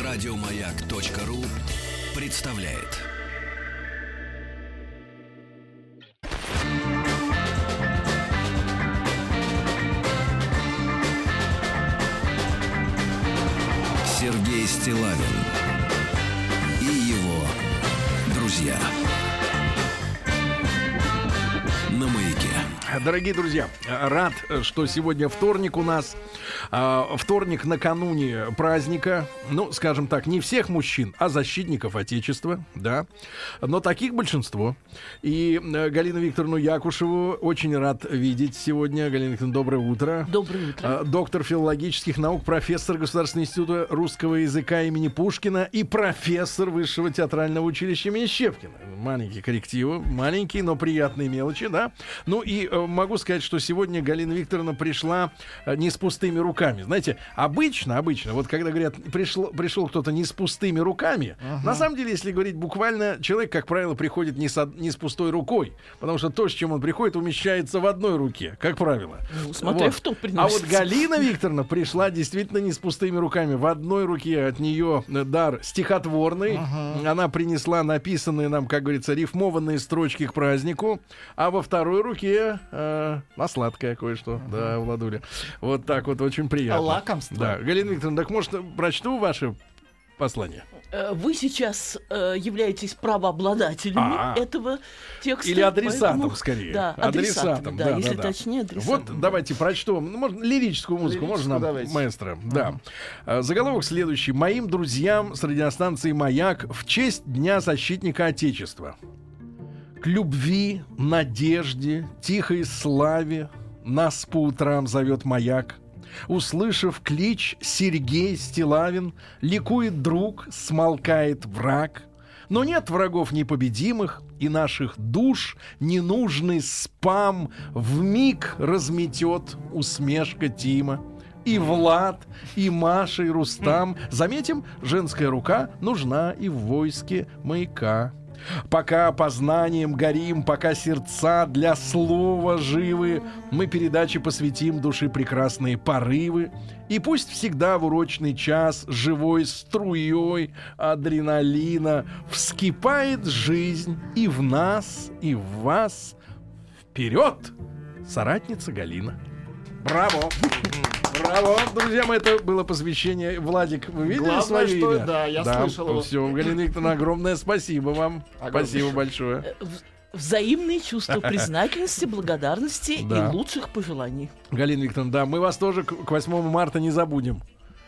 Радиомаяк.ру представляет. Сергей Стиллавин и его друзья на Маяке. Дорогие друзья, рад, что сегодня вторник у нас. Вторник накануне праздника. Ну, скажем так, не всех мужчин, а защитников Отечества, да. Но таких большинство. И Галину Викторовну Якушеву очень рад видеть сегодня. Галина Викторовна, доброе утро. Доброе утро. Доктор филологических наук, профессор Государственного института русского языка имени Пушкина и профессор Высшего театрального училища имени Щепкина. Маленькие коррективы, маленькие, но приятные мелочи, да. Ну и могу сказать, что сегодня Галина Викторовна пришла не с пустыми руками. Знаете, обычно, вот когда говорят, пришел кто-то не с пустыми руками, на самом деле, если говорить буквально, человек, как правило, приходит не с пустой рукой, потому что то, с чем он приходит, умещается в одной руке, как правило. Ну, смотря вот. что приносится. А вот Галина Викторовна пришла действительно не с пустыми руками. В одной руке от нее дар стихотворный. Она принесла написанные нам, как говорится, рифмованные строчки к празднику, а во второй руке на сладкое кое-что. Да, Владуля. Вот так вот, очень приятно. Лакомство. Да. Галина Викторовна, так может, прочту ваше послание? Вы сейчас являетесь правообладателями этого текста. Или адресатом, поэтому, скорее. Да, адресатом, да, если точнее, адресатом. Вот давайте прочту. Ну, можно, лирическую музыку, можно нам, маэстро? Да. Заголовок следующий. «Моим друзьям с радиостанции «Маяк» в честь Дня защитника Отечества. К любви, надежде, тихой славе нас по утрам зовет маяк. Услышав клич Сергей Стиллавин, ликует друг, смолкает враг. Но нет врагов непобедимых, и наших душ ненужный спам вмиг разметет усмешка Тима. И Влад, и Маша, и Рустам. Заметим, женская рука нужна и в войске Маяка. Пока познанием горим, пока сердца для слова живы, мы передаче посвятим души прекрасные порывы. И пусть всегда в урочный час живой струей адреналина вскипает жизнь и в нас, и в вас. Вперед, соратница Галина!» Браво! Браво! Друзья мои, это было посвящение. Владик, вы видели Главное, свое что, имя? да, я слышал его. Все, Галина Викторовна, огромное спасибо вам. Спасибо большое. Взаимные чувства признательности, благодарности и лучших пожеланий. Галина Викторовна, да, мы вас тоже к 8 марта не забудем.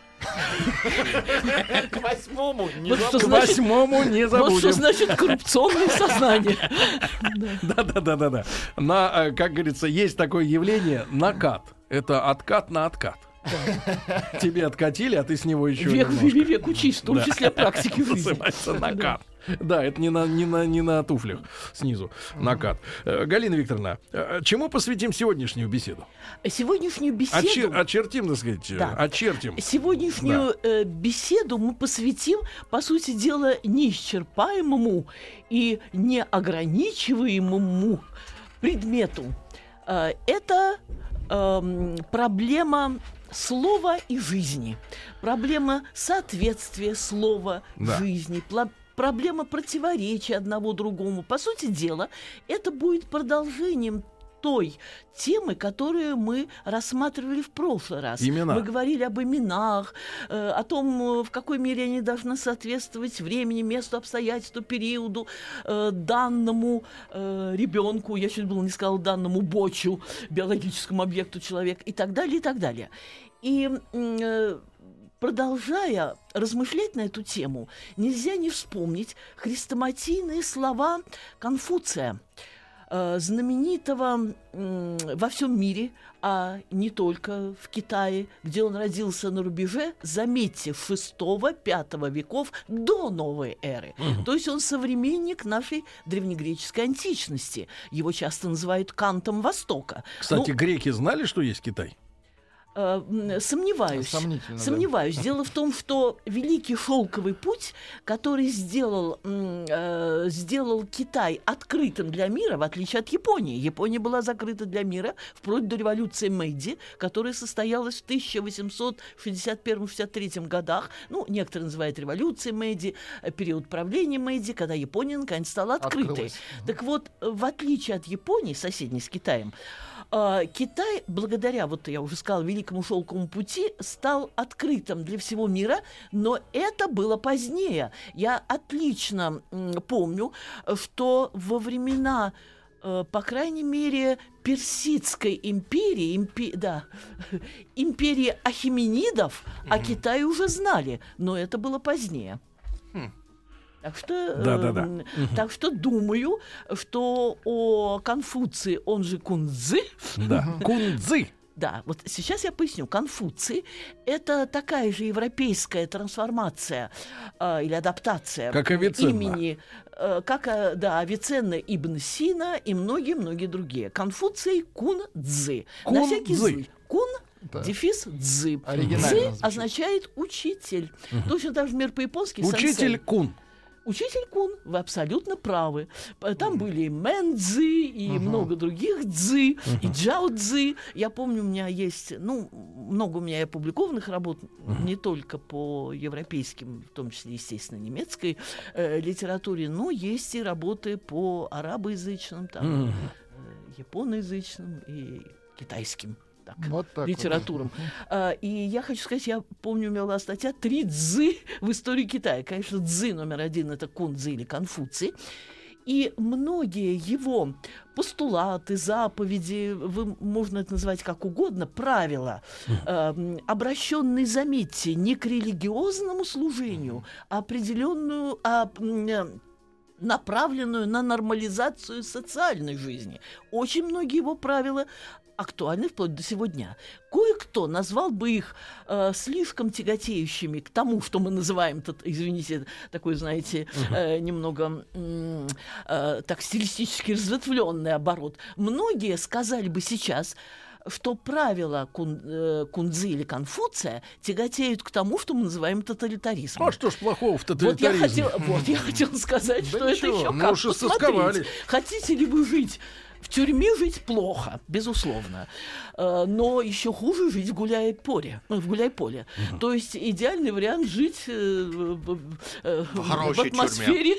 К 8-му не забудем. Вот что значит коррупционное сознание. Да. Как говорится, есть такое явление накат. Это откат на откат. Тебе откатили, а ты с него еще век учись, в том числе практики в жизни. Называется накат. Да, это не на туфлях снизу накат. Галина Викторовна, чему посвятим сегодняшнюю беседу? Сегодняшнюю беседу... Очертим, так сказать, очертим. Сегодняшнюю беседу мы посвятим, по сути дела, неисчерпаемому и неограничиваемому предмету. Это проблема слова и жизни, проблема соответствия слова жизни, проблема противоречия одного другому. По сути дела, это будет продолжением той темы, которую мы рассматривали в прошлый раз. Имена. Мы говорили об именах, о том, в какой мере они должны соответствовать времени, месту, обстоятельству, периоду, данному ребенку, я чуть было не сказала данному бочу, биологическому объекту человека и так далее, и так далее. И продолжая размышлять на эту тему, нельзя не вспомнить хрестоматийные слова Конфуция, знаменитого во всем мире, а не только в Китае, где он родился на рубеже, заметьте, 6-5 веков до новой эры. То есть он современник нашей древнегреческой античности. Его часто называют Кантом Востока. Кстати, греки знали, что есть Китай? Сомневаюсь. Дело в том, что Великий Шелковый путь, который сделал Китай открытым для мира, в отличие от Японии. Япония была закрыта для мира вплоть до революции Мэйдзи, которая состоялась в 1861-63 годах. Ну, некоторые называют революцией Мэйдзи, период правления Мэйдзи, когда Япония наконец стала открытой. Так вот, в отличие от Японии, соседней с Китаем, Китай, благодаря, вот я уже сказала, Великому Шелковому пути, стал открытым для всего мира, но это было позднее. Я отлично помню, что во времена, по крайней мере, Персидской империи, империи ахеменидов, о Китае уже знали, но это было позднее. Так что думаю, что о Конфуции, он же Кунцзы. Да, Кунцзы. Да, вот сейчас я поясню. Конфуций – это такая же европейская трансформация или адаптация как Авиценна. Имени, Авиценна Ибн Сина и многие-многие другие. Конфуций Кунцзы. На всякий случай. Дефис Цзы. Цзы означает учитель. Точно так же мир по-японски. Учитель Кун. Учитель Кун, вы абсолютно правы. Там были и Мэн Цзы, и много других Цзы, и Джао Цзы. Я помню, у меня есть, много у меня опубликованных работ, не только по европейским, в том числе, естественно, немецкой литературе, но есть и работы по арабоязычным, там, японоязычным и китайским. Литературам. И я хочу сказать, я помню, у меня была статья «3 Цзы в истории Китая». Конечно, Цзы номер 1 — это Кунцзы или Конфуций. И многие его постулаты, заповеди, можно это назвать как угодно, правила, обращенные, заметьте, не к религиозному служению, а определенную... направленную на нормализацию социальной жизни. Очень многие его правила актуальны вплоть до сего дня. Кое-кто назвал бы их слишком тяготеющими к тому, что мы называем, извините, такой, знаете, немного так стилистически разветвленный оборот. Многие сказали бы сейчас, что правила Кунцзы или Конфуция тяготеют к тому, что мы называем тоталитаризмом. А что ж плохого в тоталитаризме? Я хотела сказать, что это еще как посмотреть. Хотите ли вы жить в тюрьме, жить плохо, безусловно. Но еще хуже жить в гуляй-поле. То есть идеальный вариант жить в атмосфере...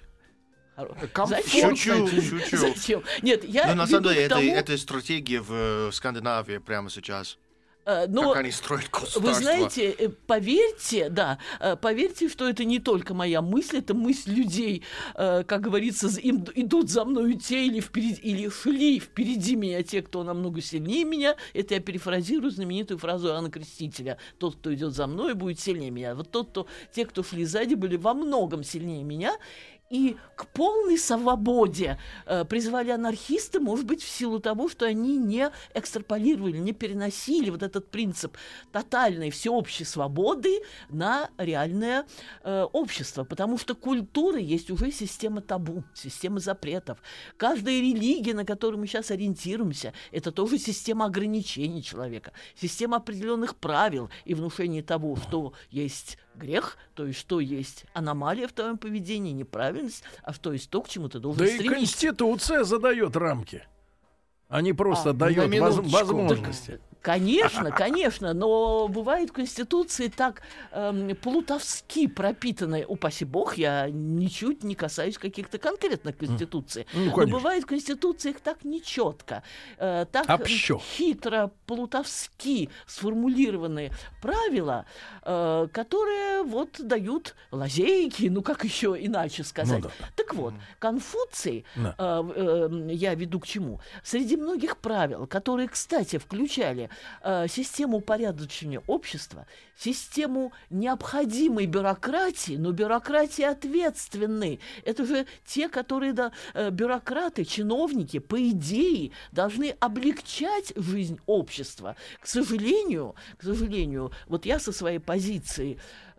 Шучу. Зачем? Нет, но на самом деле это стратегия в Скандинавии прямо сейчас. Как они строят государство. Вы знаете, поверьте, что это не только моя мысль, это мысль людей, как говорится, идут за мною те или шли впереди меня те, кто намного сильнее меня. Это я перефразирую знаменитую фразу Иоанна Крестителя: тот, кто идет за мной, будет сильнее меня. Вот те, кто шли сзади, были во многом сильнее меня. И к полной свободе призвали анархисты, может быть, в силу того, что они не экстраполировали, не переносили вот этот принцип тотальной всеобщей свободы на реальное общество. Потому что культура есть уже система табу, система запретов. Каждая религия, на которую мы сейчас ориентируемся, это тоже система ограничений человека, система определенных правил и внушения того, что есть грех, то есть что есть аномалия в твоем поведении, неправильность, а что есть то, к чему ты должен стремиться. Да и Конституция задает рамки, а не просто дает возможности. Конечно, но бывает в Конституции так плутовски пропитанной, упаси бог, я ничуть не касаюсь каких-то конкретных Конституций, но бывает в Конституциях так нечетко, так хитро, плутовски сформулированные правила, которые вот дают лазейки, как еще иначе сказать. Так вот, Конфуций, я веду к чему? Среди многих правил, которые, кстати, включали систему упорядочения общества, систему необходимой бюрократии, но бюрократии ответственной. Это же те, которые, бюрократы, чиновники, по идее, должны облегчать жизнь общества. К сожалению, вот я со своей позиции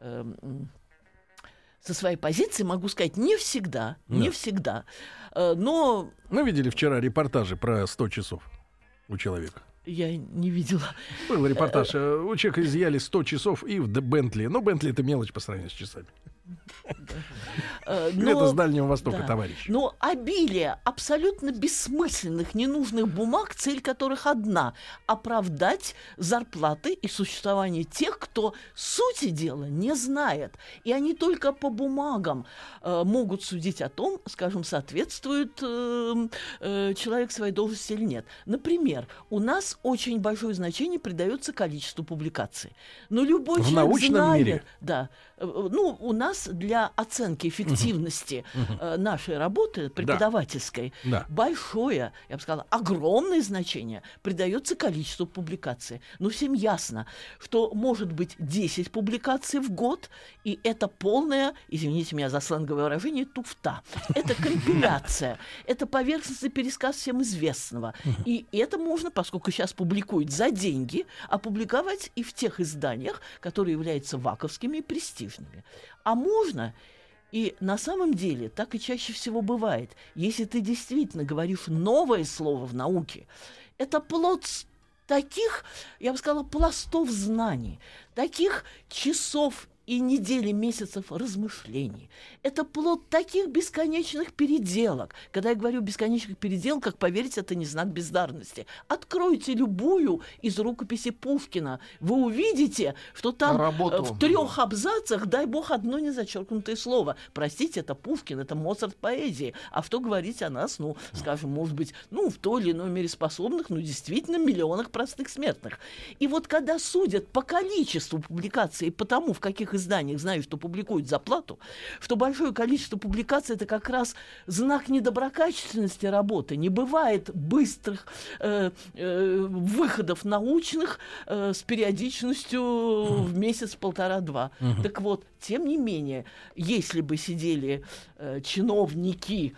могу сказать, не всегда, но... Мы видели вчера репортажи про 100 часов у человека. Я не видела. Был репортаж. У человека изъяли 100 часов и в Бентли. Но Бентли — это мелочь по сравнению с часами. Это с Дальнего Востока, товарищ. Но обилие абсолютно бессмысленных, ненужных бумаг, цель которых одна — оправдать зарплаты и существование тех, кто сути дела не знает. И они только по бумагам могут судить о том, скажем, соответствует человек своей должности или нет. Например, у нас очень большое значение придается количеству публикаций. Но любой человек научном знает, мире? Да. Ну, у нас для оценки эффективности нашей работы преподавательской большое, я бы сказала, огромное значение придается количеству публикаций. Но всем ясно, что может быть 10 публикаций в год, и это полная, извините меня за сленговое выражение, туфта. Это компиляция, это поверхностный пересказ всем известного. И это можно, поскольку сейчас публикуют за деньги, опубликовать и в тех изданиях, которые являются ваковскими и престижными. А можно, и на самом деле так и чаще всего бывает, если ты действительно говоришь новое слово в науке, это плод таких, я бы сказала, пластов знаний, таких часов и недели, месяцев размышлений. Это плод таких бесконечных переделок. Когда я говорю бесконечных переделках, поверьте, это не знак бездарности. Откройте любую из рукописей Пушкина. Вы увидите, что там в 3 абзацах, дай бог, одно незачеркнутое слово. Простите, это Пушкин, это Моцарт поэзии. А что говорить о нас, ну, скажем, может быть, ну, в той или иной мере способных, но действительно миллионах простых смертных. И вот когда судят по количеству публикаций и по тому, в каких изданиях знаю, что публикуют за плату, что большое количество публикаций — это как раз знак недоброкачественности работы. Не бывает быстрых выходов научных с периодичностью в месяц, 1,5-2. Так вот, тем не менее, если бы сидели чиновники,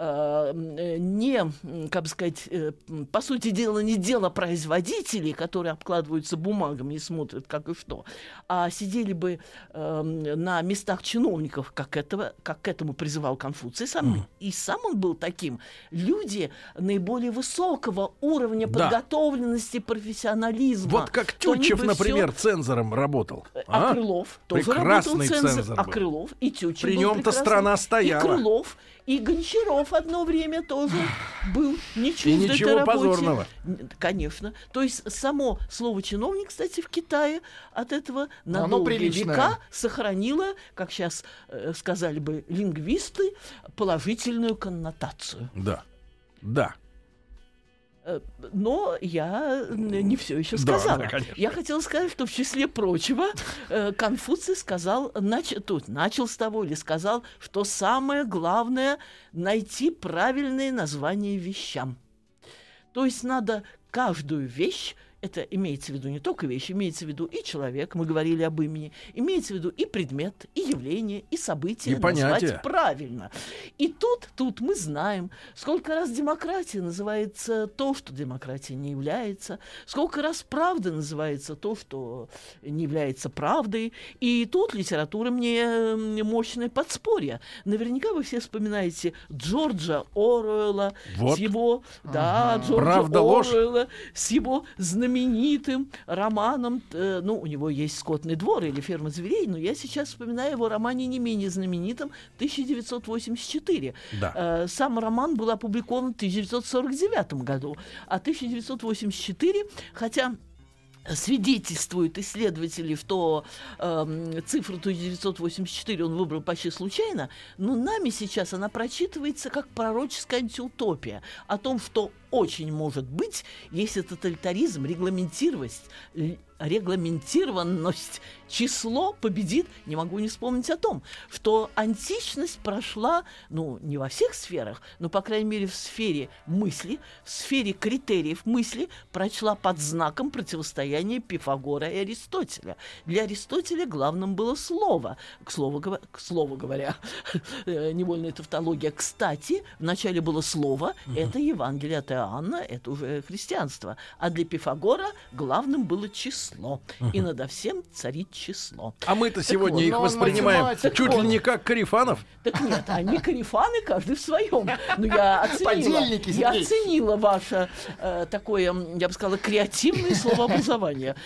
не, как бы сказать, по сути дела, не делопроизводители, которые обкладываются бумагами и смотрят, как и что, а сидели бы на местах чиновников, как к этому призывал Конфуций, и сам он был таким. Люди наиболее высокого уровня подготовленности, профессионализма. Вот как Тютчев, например, цензором работал. А Крылов тоже прекрасный работал цензор был. А Крылов и Тютчев при нем-то страна стояла. И Крылов, и Гончаров одно время тоже был не чужд этой работе. И ничего позорного. Конечно. То есть само слово чиновник, кстати, в Китае от этого на долгие века сохранило, как сейчас сказали бы лингвисты, положительную коннотацию. Да. Да. Но я не все еще сказала. Да, я хотела сказать, что в числе прочего Конфуций сказал, начал с того или сказал, что самое главное — найти правильные названия вещам. То есть надо каждую вещь, это имеется в виду не только вещь, имеется в виду и человек, мы говорили об имени, имеется в виду и предмет, и явление, и событие, и назвать понятие. Правильно. И тут мы знаем, сколько раз демократия называется то, что демократией не является, сколько раз правда называется то, что не является правдой. И тут литература мне мощное подспорье. Наверняка вы все вспоминаете Джорджа Оруэлла с его, Джорджа Оруэлла с его знаменитым романом, у него есть «Скотный двор» или «Ферма зверей», но я сейчас вспоминаю его романе не менее знаменитом 1984. Да. Сам роман был опубликован в 1949 году, а 1984, хотя свидетельствуют исследователи, что цифру 1984 он выбрал почти случайно, но нами сейчас она прочитывается как пророческая антиутопия о том, что очень может быть, если тоталитаризм, регламентированность, число победит. Не могу не вспомнить о том, что античность прошла, не во всех сферах, но, по крайней мере, в сфере мысли, в сфере критериев мысли прочла под знаком противостояния Пифагора и Аристотеля. Для Аристотеля главным было слово. К слову говоря, невольная тавтология. Кстати, вначале было слово, это Евангелие от Иоанна, Иоанна это уже христианство. А для Пифагора главным было число. И надо всем царит число. А мы-то сегодня их воспринимаем чуть ли не как корефанов. Так нет, они корефаны, каждый в своем. Но я оценила ваше такое, я бы сказала, креативное словообразование.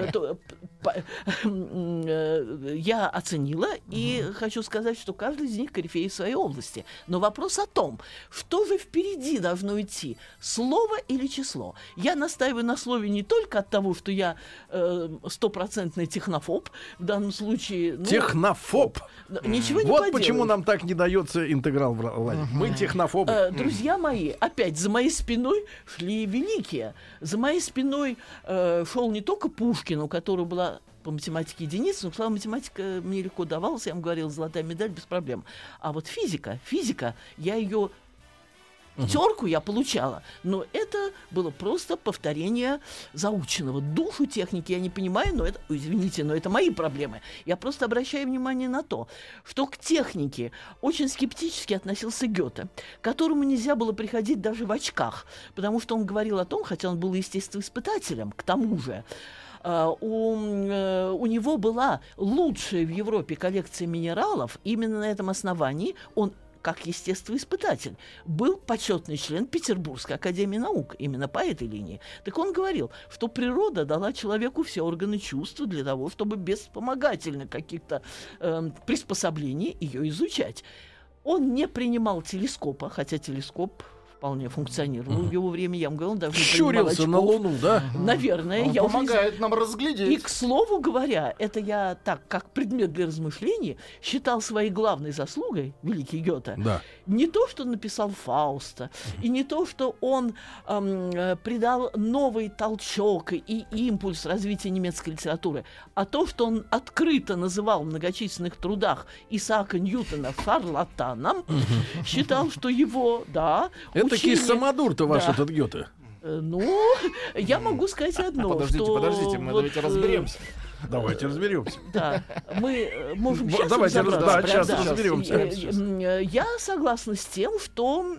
Я оценила и хочу сказать, что каждый из них корифей в своей области. Но вопрос о том, что же впереди должно идти, слово или число. Я настаиваю на слове не только от того, что я стопроцентный технофоб, в данном случае... Технофоб? Ничего не вот поделаешь. Почему нам так не дается интеграл в Мы технофобы. Друзья мои, опять за моей спиной шли великие. За моей спиной шел не только Пушкин, у которого была по математике единица, но, слава, математика мне легко давалась, я вам говорила, золотая медаль без проблем. А вот физика, я ее... Пятерку я получала, но это было просто повторение заученного. Душу техники я не понимаю, но это, извините, но это мои проблемы. Я просто обращаю внимание на то, что к технике очень скептически относился Гёте, к которому нельзя было приходить даже в очках, потому что он говорил о том, хотя он был естествоиспытателем, к тому же, у него была лучшая в Европе коллекция минералов. Именно на этом основании он, как естествоиспытатель, был почетный член Петербургской академии наук, именно по этой линии. Так он говорил, что природа дала человеку все органы чувств для того, чтобы без вспомогательных каких-то приспособлений ее изучать. Он не принимал телескопа, хотя телескоп вполне функционировал в его время. Я вам говорил, он даже щурился на Луну, да? Наверное. Он помогает нам разглядеть. И, к слову говоря, это я так, как предмет для размышлений, считал своей главной заслугой, великий Гёте, не то, что написал Фауста, и не то, что он придал новый толчок и импульс развития немецкой литературы, а то, что он открыто называл в многочисленных трудах Исаака Ньютона шарлатаном, считал, что его, Такие самодур-то ваш этот Гёте. Я могу сказать одно. Подождите, мы давайте разберемся. Давайте разберемся. Да, мы можем сейчас сейчас разберемся. Я согласна с тем, что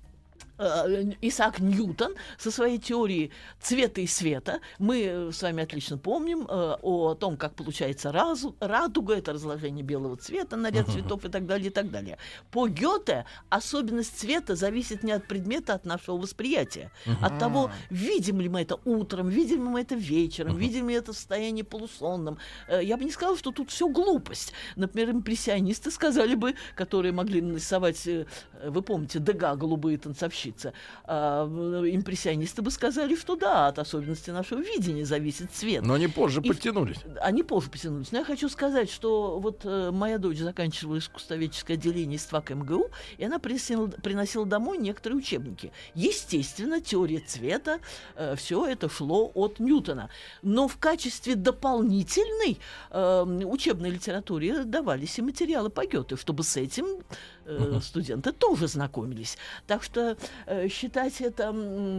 Исаак Ньютон со своей теорией цвета и света, мы с вами отлично помним о том, как получается радуга, это разложение белого цвета на ряд цветов и так далее, и так далее. По Гёте особенность цвета зависит не от предмета, а от нашего восприятия. От того, видим ли мы это утром, видим ли мы это вечером, видим ли это в состоянии полусонном. Я бы не сказала, что тут все глупость. Например, импрессионисты сказали бы, которые могли нарисовать, вы помните, Дега «Голубые танцовщицы», импрессионисты бы сказали, что да, от особенностей нашего видения зависит цвет. Но они позже подтянулись. Они позже подтянулись. Но я хочу сказать, что вот моя дочь заканчивала искусствоведческое отделение ИСТФАК МГУ, и она приносила домой некоторые учебники. Естественно, теория цвета, все это шло от Ньютона. Но в качестве дополнительной учебной литературе давались и материалы по Гёте, чтобы с этим студенты тоже знакомились. Так что считать это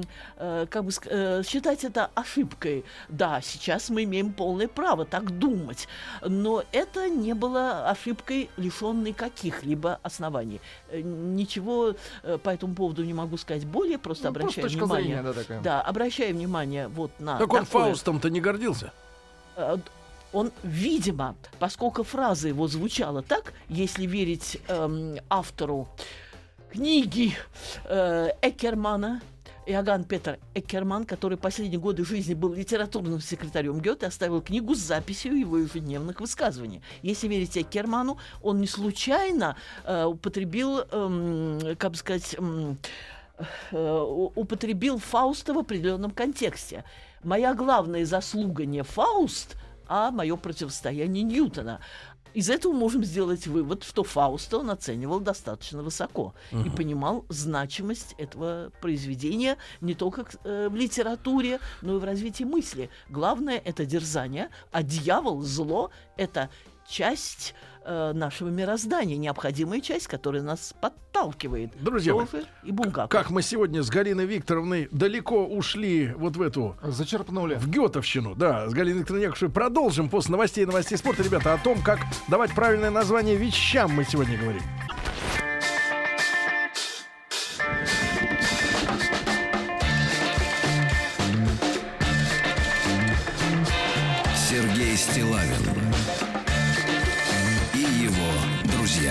ошибкой. Да, сейчас мы имеем полное право так думать, но это не было ошибкой, лишенной каких-либо оснований. Ничего по этому поводу не могу сказать более, просто обращаю внимание. Обращаю внимание вот на. Так он Фаустом-то не гордился? Он, видимо, поскольку фраза его звучала так, если верить автору книги Эккермана, Иоганн Петр Эккерман, который последние годы жизни был литературным секретарем Гёте, оставил книгу с записью его ежедневных высказываний. Если верить Эккерману, он не случайно употребил, употребил Фауста в определенном контексте. Моя главная заслуга не Фауст, а мое противостояние Ньютона. Из этого можем сделать вывод, что Фауста он оценивал достаточно высоко и понимал значимость этого произведения не только в литературе, но и в развитии мысли. Главное — это дерзание, а дьявол, зло — это часть нашего мироздания, необходимая часть, которая нас подталкивает. Друзья мои, и Булгаков. Как мы сегодня с Галиной Викторовной далеко ушли вот в эту... Зачерпнули. В гётовщину, да. С Галиной Викторовной Якушевой продолжим после новостей спорта. Ребята, о том, как давать правильное название вещам мы сегодня говорим. Сергей Стиллавин и его друзья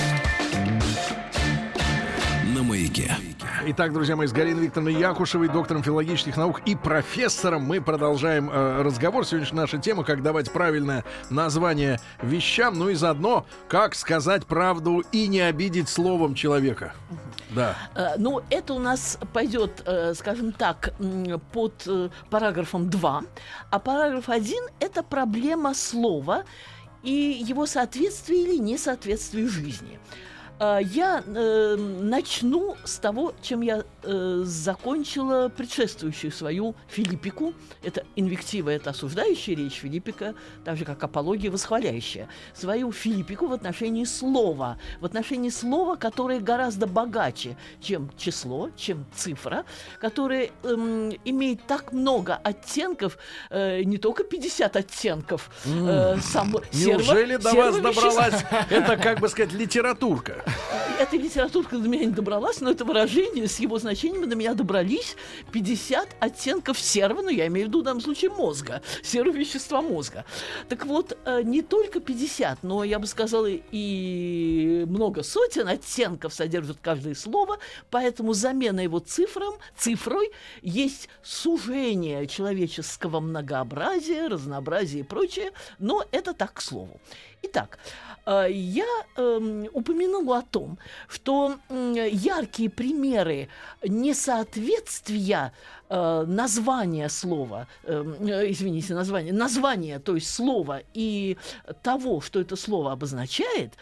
на Маяке. Итак, друзья мои, с Галиной Викторовной Якушевой, доктором филологических наук и профессором мы продолжаем разговор. Сегодняшняя наша тема — как давать правильное название вещам, ну и заодно, как сказать правду и не обидеть словом человека. Да. Ну, это у нас пойдет, скажем так, под параграфом 2. А параграф 1 — это проблема слова и его соответствие или несоответствие жизни. Я начну с того, чем я закончила предшествующую свою филиппику. Это инвектива, это осуждающая речь, филиппика, так же как апология, восхваляющая. Свою филиппику в отношении слова. В отношении слова, которое гораздо богаче, чем число, чем цифра, которое имеет так много оттенков, не только 50 оттенков. Неужели до вас добралась эта, как бы сказать, литературка? Эта литературка до меня не добралась, но это выражение с его значениями до меня добрались. 50 оттенков серого, ну, я имею в виду в данном случае мозга, серого вещества мозга. Так вот, не только 50, но, я бы сказала, и много сотен оттенков содержит каждое слово, поэтому замена его цифрой есть сужение человеческого многообразия, разнообразия и прочее, но это так к слову. Итак, я упомянула о том, что яркие примеры несоответствия названия слова, название, то есть слова и того, что это слово обозначает,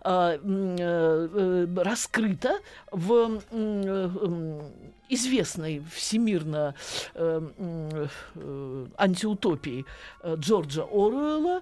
раскрыто в известной всемирно антиутопии Джорджа Оруэлла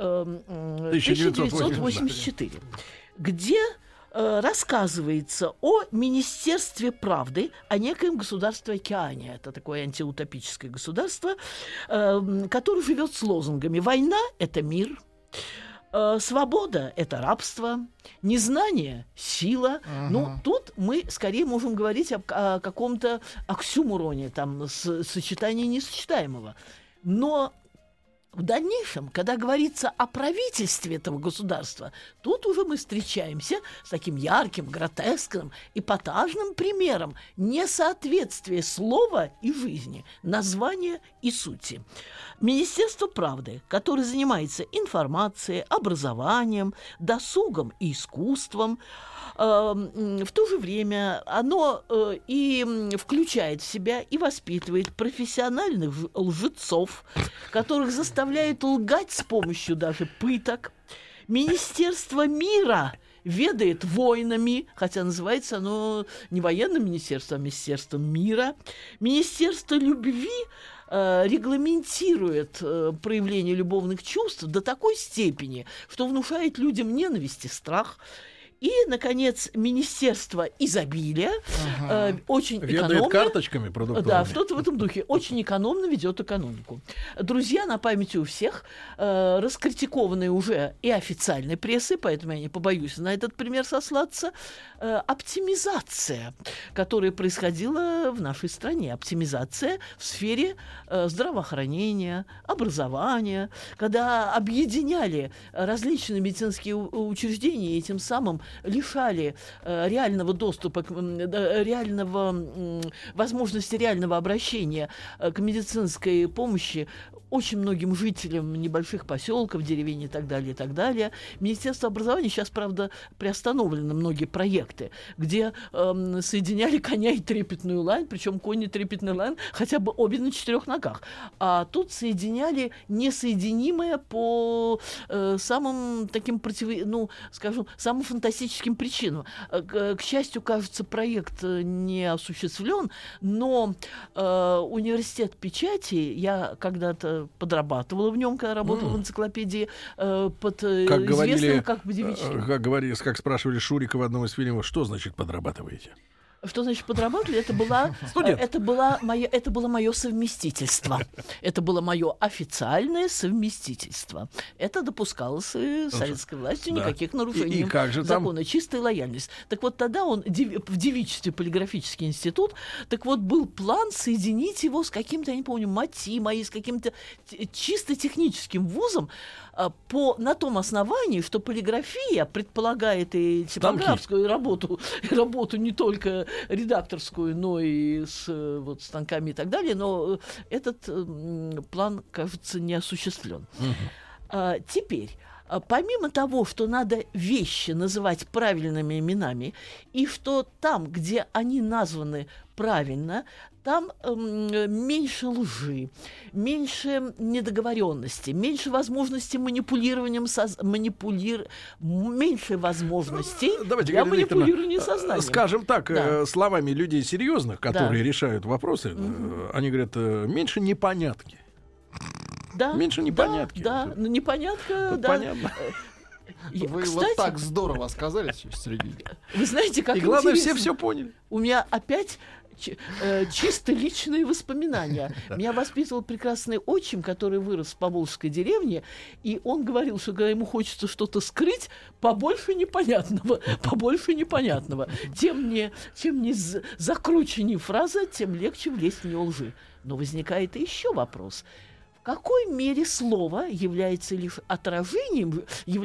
1984, где рассказывается о Министерстве правды, о некоем государстве океане. Это такое антиутопическое государство, которое живет с лозунгами: война — это мир, свобода — это рабство, незнание — сила. Ну, тут мы скорее можем говорить о каком-то оксюмороне, там, сочетании несочетаемого. Но в дальнейшем, когда говорится о правительстве этого государства, тут уже мы встречаемся с таким ярким, гротескным, эпатажным примером несоответствия слова и жизни, названия и сути. Министерство правды, которое занимается информацией, образованием, досугом и искусством, в то же время оно и включает в себя и воспитывает профессиональных лжецов, которых заставляет лгать с помощью даже пыток. Министерство мира ведает войнами, хотя называется оно не военным министерством, а министерством мира. Министерство любви регламентирует проявление любовных чувств до такой степени, что внушает людям ненависть и страх. И, наконец, Министерство изобилия очень экономно... Ведает карточками продуктовыми. Да, что-то в этом духе. Очень экономно ведет экономику. Друзья, на памяти у всех, раскритикованные уже и официальной прессой, поэтому я не побоюсь на этот пример сослаться, оптимизация, которая происходила в нашей стране. Оптимизация в сфере здравоохранения, образования, когда объединяли различные медицинские учреждения и тем самым лишали реального доступа, возможности реального обращения к медицинской помощи очень многим жителям небольших поселков, деревень и так далее, и так далее. Министерство образования сейчас, правда, приостановлены многие проекты, где соединяли коня и трепетную лань, причем конь и трепетная лань хотя бы обе на 4 ногах. А тут соединяли несоединимое по самым таким самым фантастическим причинам. К счастью, кажется, проект не осуществлен, но университет печати, я когда-то подрабатывала в нем, когда работала в энциклопедии, под известным как Будевичем. Как спрашивали Шурика в одном из фильмов, что значит подрабатываете? Что значит подрабатывали? Это было мое совместительство. Это было мое официальное совместительство. Это допускалось советской властью, никаких нарушений закона, чистая лояльность. Так вот, тогда он в девичестве полиграфический институт, так вот, был план соединить его с каким-то, я не помню, МАТИ, с каким-то чисто техническим вузом, на том основании, что полиграфия предполагает и типографскую работу не только редакторскую, но и с станками и так далее, но этот план, кажется, не осуществлен. Теперь, помимо того, что надо вещи называть правильными именами, и что там, где они названы правильно, там меньше лжи, меньше недоговоренности, меньше возможностей манипулированием, меньше возможностей для манипулирования сознанием. Скажем так, словами людей серьезных, которые решают вопросы, они говорят, меньше непонятки. Да, меньше непонятки. Ну непонятка, тут понятно. Вы, кстати, вот так здорово сказали, Сергей. Вы знаете, как интересно. И главное, интересно. все поняли. У меня опять чисто личные воспоминания. Меня воспитывал прекрасный отчим, который вырос в поволжской деревне, и он говорил, что когда ему хочется что-то скрыть, побольше непонятного. Чем не закрученнее фраза, тем легче влезть в нее лжи. Но возникает еще вопрос. В какой мере слово является лишь отражением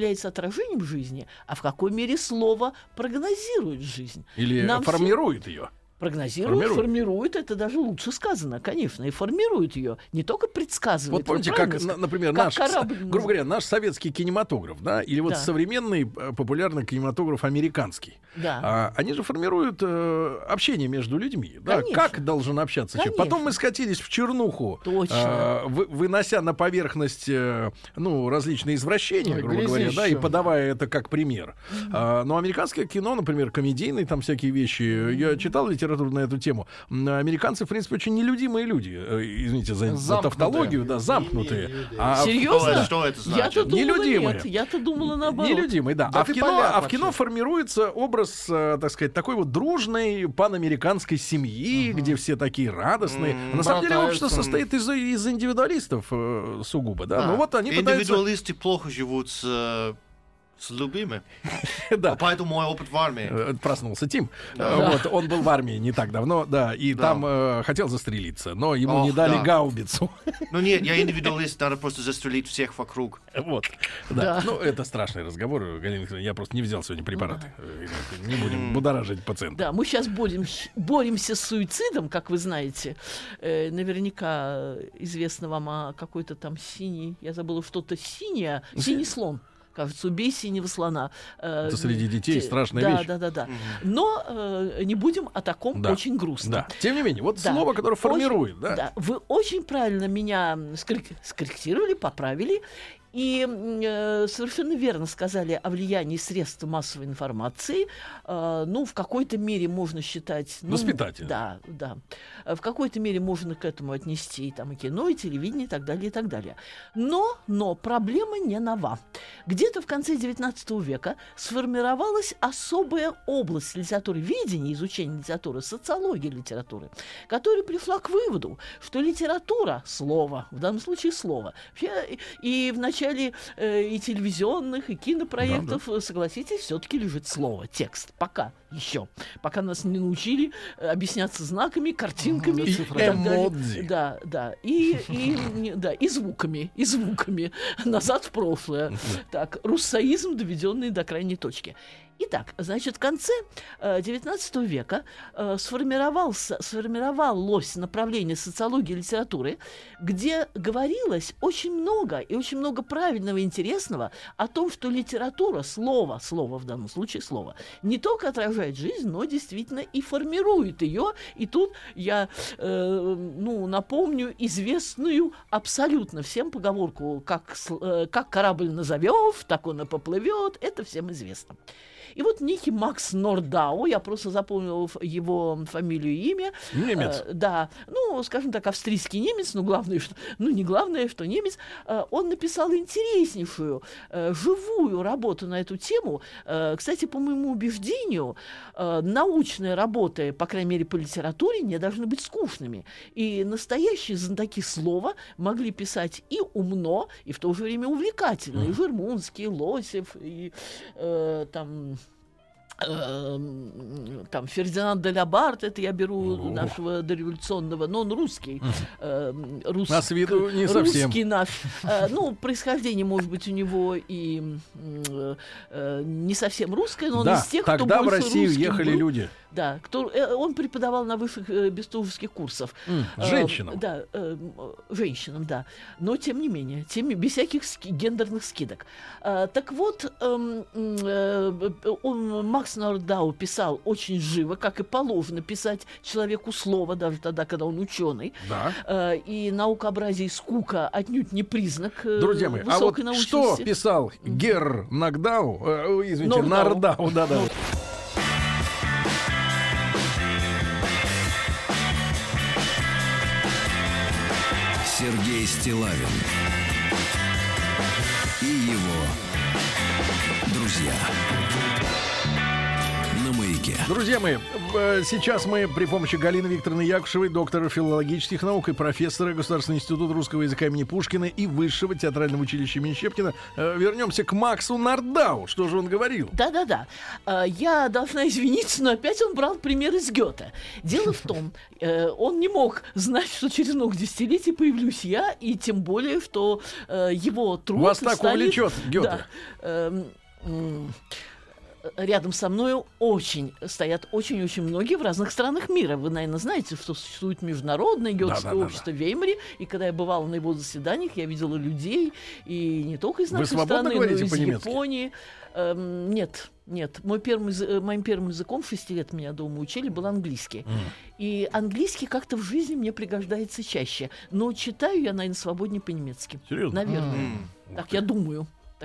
жизни, а в какой мере слово прогнозирует жизнь? Или формирует ее? Формирует, это даже лучше сказано, конечно, и формирует ее, не только предсказывает. Вот помните, как, например, грубо говоря, наш советский кинематограф, да, или вот современный популярный кинематограф американский, они же формируют общение между людьми, да, как должен общаться человек. Потом мы скатились в чернуху, вынося на поверхность, различные извращения, грубо говоря, да, и подавая это как пример. Но американское кино, например, комедийные там всякие вещи, я читал литературу на эту тему. Американцы, в принципе, очень нелюдимые люди. Извините за тавтологию, замкнутые. Серьезно? Что это значит? Нелюдимые. Я-то думала наоборот. Нелюдимые, да. А в кино формируется образ, так сказать, такой вот дружной панамериканской семьи, где все такие радостные. На самом деле общество состоит из индивидуалистов сугубо, да. Но вот они пытаются... Индивидуалисты плохо живут с любимыми. Да. Поэтому мой опыт в армии. Проснулся Тим. Вот, он был в армии не так давно, да, и там хотел застрелиться, но ему не дали гаубицу. Ну нет, я индивидуалист, надо просто застрелить всех вокруг. Вот. Да. Ну, это страшный разговор, Галина, я просто не взял сегодня препараты. Не будем будоражить пациента. Да, мы сейчас боремся с суицидом, как вы знаете. Наверняка известно вам о какой-то там синий, я забыла, что-то синее, синий слон. Кажется, убей синего слона. Это среди детей страшная вещь. Да. Но не будем о таком, очень грустно. Да. Тем не менее, вот слово, которое формирует. Да, вы очень правильно меня скорректировали, поправили. И совершенно верно сказали о влиянии средств массовой информации. В какой-то мере можно считать... Воспитательно. Да. В какой-то мере можно к этому отнести и кино, и телевидение, и так далее, и так далее. Но проблема не нова. Где-то в конце XIX века сформировалась особая область литературоведения, изучения литературы, социологии литературы, которая пришла к выводу, что литература, слово, в данном случае слово, и в начале и телевизионных, и кинопроектов, согласитесь, все-таки лежит слово, текст. Пока нас не научили объясняться знаками, картинками, эмодзи. И звуками. Назад в прошлое. Так, руссоизм, доведенный до крайней точки. Итак, значит, в конце XIX века сформировалось направление социологии литературы, где говорилось очень много правильного и интересного о том, что литература, слово в данном случае слово, не только отражает жизнь, но действительно и формирует ее. И тут я напомню известную абсолютно всем поговорку: как корабль назовешь, так он и поплывет. Это всем известно. И вот некий Макс Нордау, я просто запомнил его фамилию и имя. Немец. Да, ну, скажем так, австрийский немец, но главное, что, ну, не главное, что немец. Он написал интереснейшую, живую работу на эту тему. Кстати, по моему убеждению, научные работы, по крайней мере, по литературе, не должны быть скучными. И настоящие знатоки слова могли писать и умно, и в то же время увлекательно. И Жермунский, и Лосев, и там Фердинанд де Лабарт, это я беру нашего дореволюционного, но он русский. А с виду не совсем. Русский наш. Ну, происхождение, может быть, у него и не совсем русское, но он из тех, кто больше тогда в Россию ехали был. люди. Да, он преподавал на высших бестужевских курсах. Женщинам? Да, женщинам, да. Но, тем не менее, без всяких гендерных скидок. Так вот, Макс Нордау писал очень живо, как и положено писать человеку слово, даже тогда, когда он ученый. Да. И наукообразие и скука отнюдь не признак Друзья мои, высокой а вот научности. что писал Герр Нордау, извините, Нордау, да-да. Сергей Стиллавин и его друзья на Маяке. Друзья мои, сейчас мы при помощи Галины Викторовны Якушевой, доктора филологических наук и профессора Государственного института русского языка имени Пушкина и Высшего театрального училища имени Щепкина вернемся к Максу Нордау. Что же он говорил? Да-да-да. Я должна извиниться, но опять он брал пример из Гёте. Дело в том, он не мог знать, что через много десятилетий появлюсь я, и тем более, что его труд... Вас так увлечет Гёте. Да, рядом со мной стоят очень-очень многие в разных странах мира. Вы, наверное, знаете, что существует международное гётское общество в Веймаре, и когда я бывала на его заседаниях, я видела людей, и не только из нашей страны, но и из Японии. Нет. Моим первым языком 6 лет меня дома учили был английский. И английский как-то в жизни мне пригождается чаще. Но читаю я, наверное, свободнее по-немецки. Серьезно? Наверное. Так я думаю.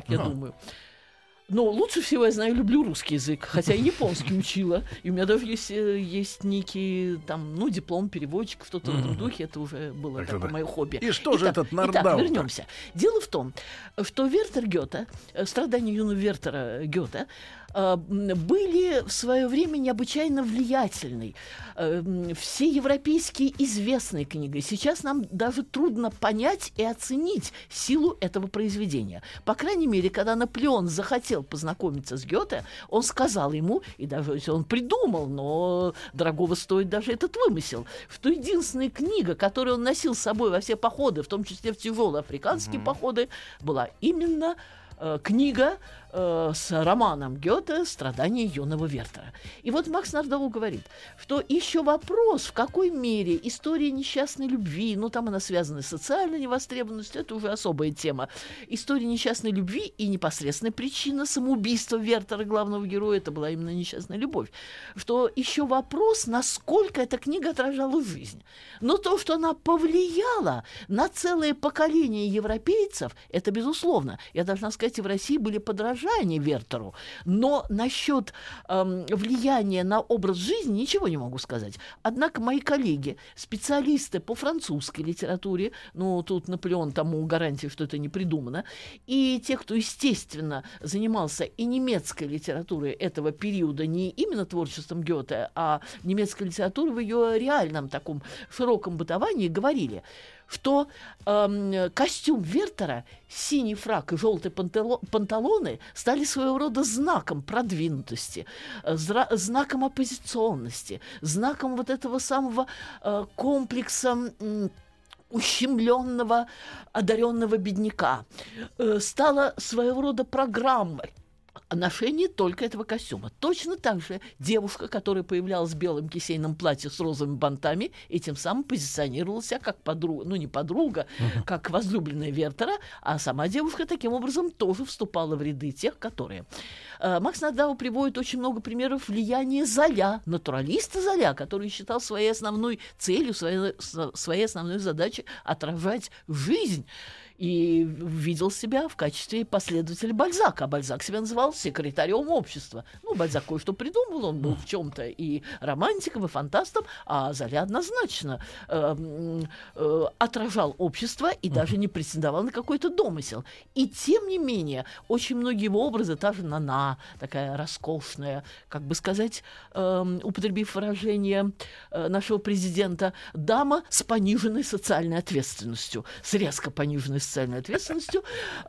Но лучше всего я знаю, люблю русский язык, хотя и японский учила. И у меня даже есть некий диплом переводчика в том духе. Это уже было такое мое хобби. И что же этот Нордау? Итак, вернемся. Дело в том, что Вертер Гёте, страдания юного Вертера Гёте, были в свое время необычайно влиятельной. Всеевропейски известной книгой. Сейчас нам даже трудно понять и оценить силу этого произведения. По крайней мере, когда Наполеон захотел познакомиться с Гёте, он сказал ему, и даже он придумал, но дорогого стоит даже этот вымысел, что единственная книга, которую он носил с собой во все походы, в том числе в тяжелые африканские походы, была именно книга с романом Гёте «Страдания юного Вертера». И вот Макс Нордау говорит, что еще вопрос, в какой мере история несчастной любви, там она связана с социальной невостребованностью, это уже особая тема. История несчастной любви и непосредственная причина самоубийства Вертера, главного героя, это была именно несчастная любовь. Что еще вопрос, насколько эта книга отражала жизнь. Но то, что она повлияла на целое поколение европейцев, это безусловно. Я должна сказать, и в России были подражания Вертеру. Но насчет влияния на образ жизни ничего не могу сказать. Однако мои коллеги, специалисты по французской литературе, тут Наполеон тому гарантия, что это не придумано, и те, кто, естественно, занимался и немецкой литературой этого периода, не именно творчеством Гёте, а немецкой литературой в ее реальном таком широком бытовании, говорили, что костюм Вертера, синий фрак и желтые панталоны стали своего рода знаком продвинутости, знаком оппозиционности, знаком вот этого самого комплекса ущемленного, одаренного бедняка. Стала своего рода программой ношение только этого костюма. Точно так же девушка, которая появлялась в белом кисейном платье с розовыми бантами, и тем самым позиционировала себя как подруга, не подруга, как возлюбленная Вертера, а сама девушка таким образом тоже вступала в ряды тех, которые... Макс Нордау приводит очень много примеров влияния Золя, натуралиста Золя, который считал своей основной целью, своей основной задачей отражать жизнь. и видел себя в качестве последователя Бальзака. А Бальзак себя называл секретарем общества. Ну, Бальзак кое-что придумал, он был в чем-то и романтиком, и фантастом, а Золя однозначно отражал общество и даже не претендовал на какой-то домысел. И тем не менее, очень многие его образы, та же Нана, такая роскошная, как бы сказать, употребив выражение нашего президента, дама с пониженной социальной ответственностью, с резко пониженной социальной ответственностью.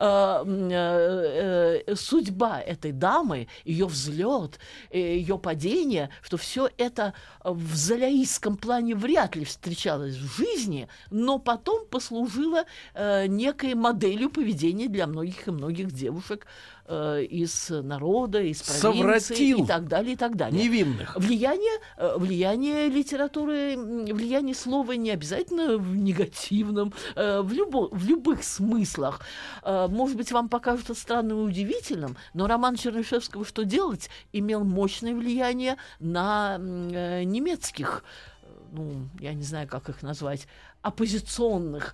Судьба этой дамы, ее взлет, ее падение, что все это в золяистском плане вряд ли встречалось в жизни, но потом послужило некой моделью поведения для многих и многих девушек из народа, из провинции и так далее, и так далее. Невинных. Влияние литературы, влияние слова не обязательно в негативном, в любых смыслах. Может быть, вам покажется странным и удивительным, но роман Чернышевского «Что делать» имел мощное влияние на немецких, я не знаю, как их назвать, оппозиционных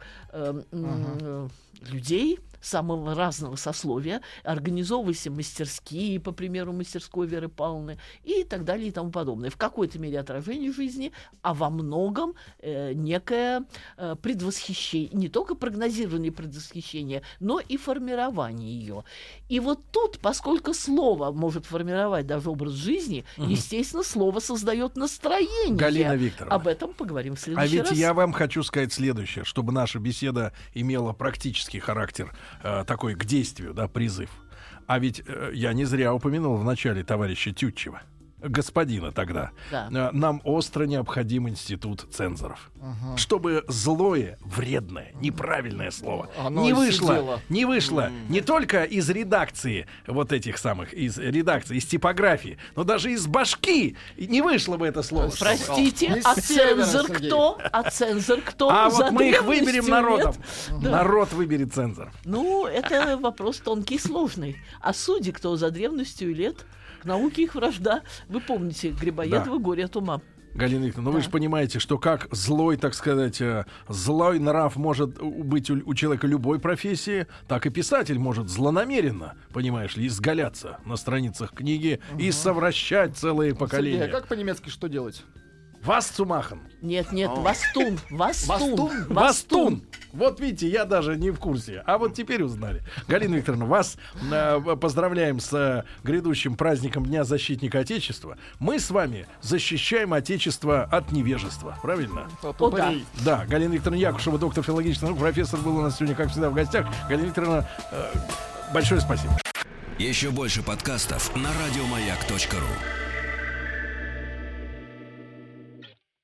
людей самого разного сословия, организовывались мастерские, по примеру мастерской Веры Павловны, и так далее, и тому подобное. В какой-то мере отражение жизни, а во многом некое предвосхищение, не только прогнозирование предвосхищения, но и формирование ее. И вот тут, поскольку слово может формировать даже образ жизни, естественно, слово создает настроение. Галина Викторовна, об этом поговорим в следующий раз. А ведь я вам хочу сказать следующее, чтобы наша беседа имела практический характер, такой к действию, да, призыв. А ведь я не зря упомянул в начале товарища Тютчева, господина тогда. Да. Нам остро необходим институт цензоров. Чтобы злое, вредное, неправильное слово не вышло не только из редакции вот этих самых, из редакции, из типографии, но даже из башки не вышло бы это слово. Простите, а цензор кто? А цензор кто? А вот мы их выберем народом. Да. Народ выберет цензор. Ну, это вопрос тонкий и сложный. А судьи кто? За древностью лет? К науке их вражда. Вы помните Грибоедова «Горе от ума». Галина Викторовна, вы же понимаете, что как злой, так сказать, злой нрав может быть у человека любой профессии, так и писатель может злонамеренно, понимаешь ли, изгаляться на страницах книги и совращать целые поколения. Сергей, а как по-немецки что делать? Васцумаchen. Нет, вастун. Вастун. Вот видите, я даже не в курсе. А вот теперь узнали. Галина Викторовна, вас поздравляем с грядущим праздником Дня защитника Отечества. Мы с вами защищаем Отечество от невежества. Правильно? Да. Да, Галина Викторовна Якушева, доктор филологических наук, профессор, был у нас сегодня, как всегда, в гостях. Галина Викторовна, большое спасибо. Еще больше подкастов на радиомаяк.ру.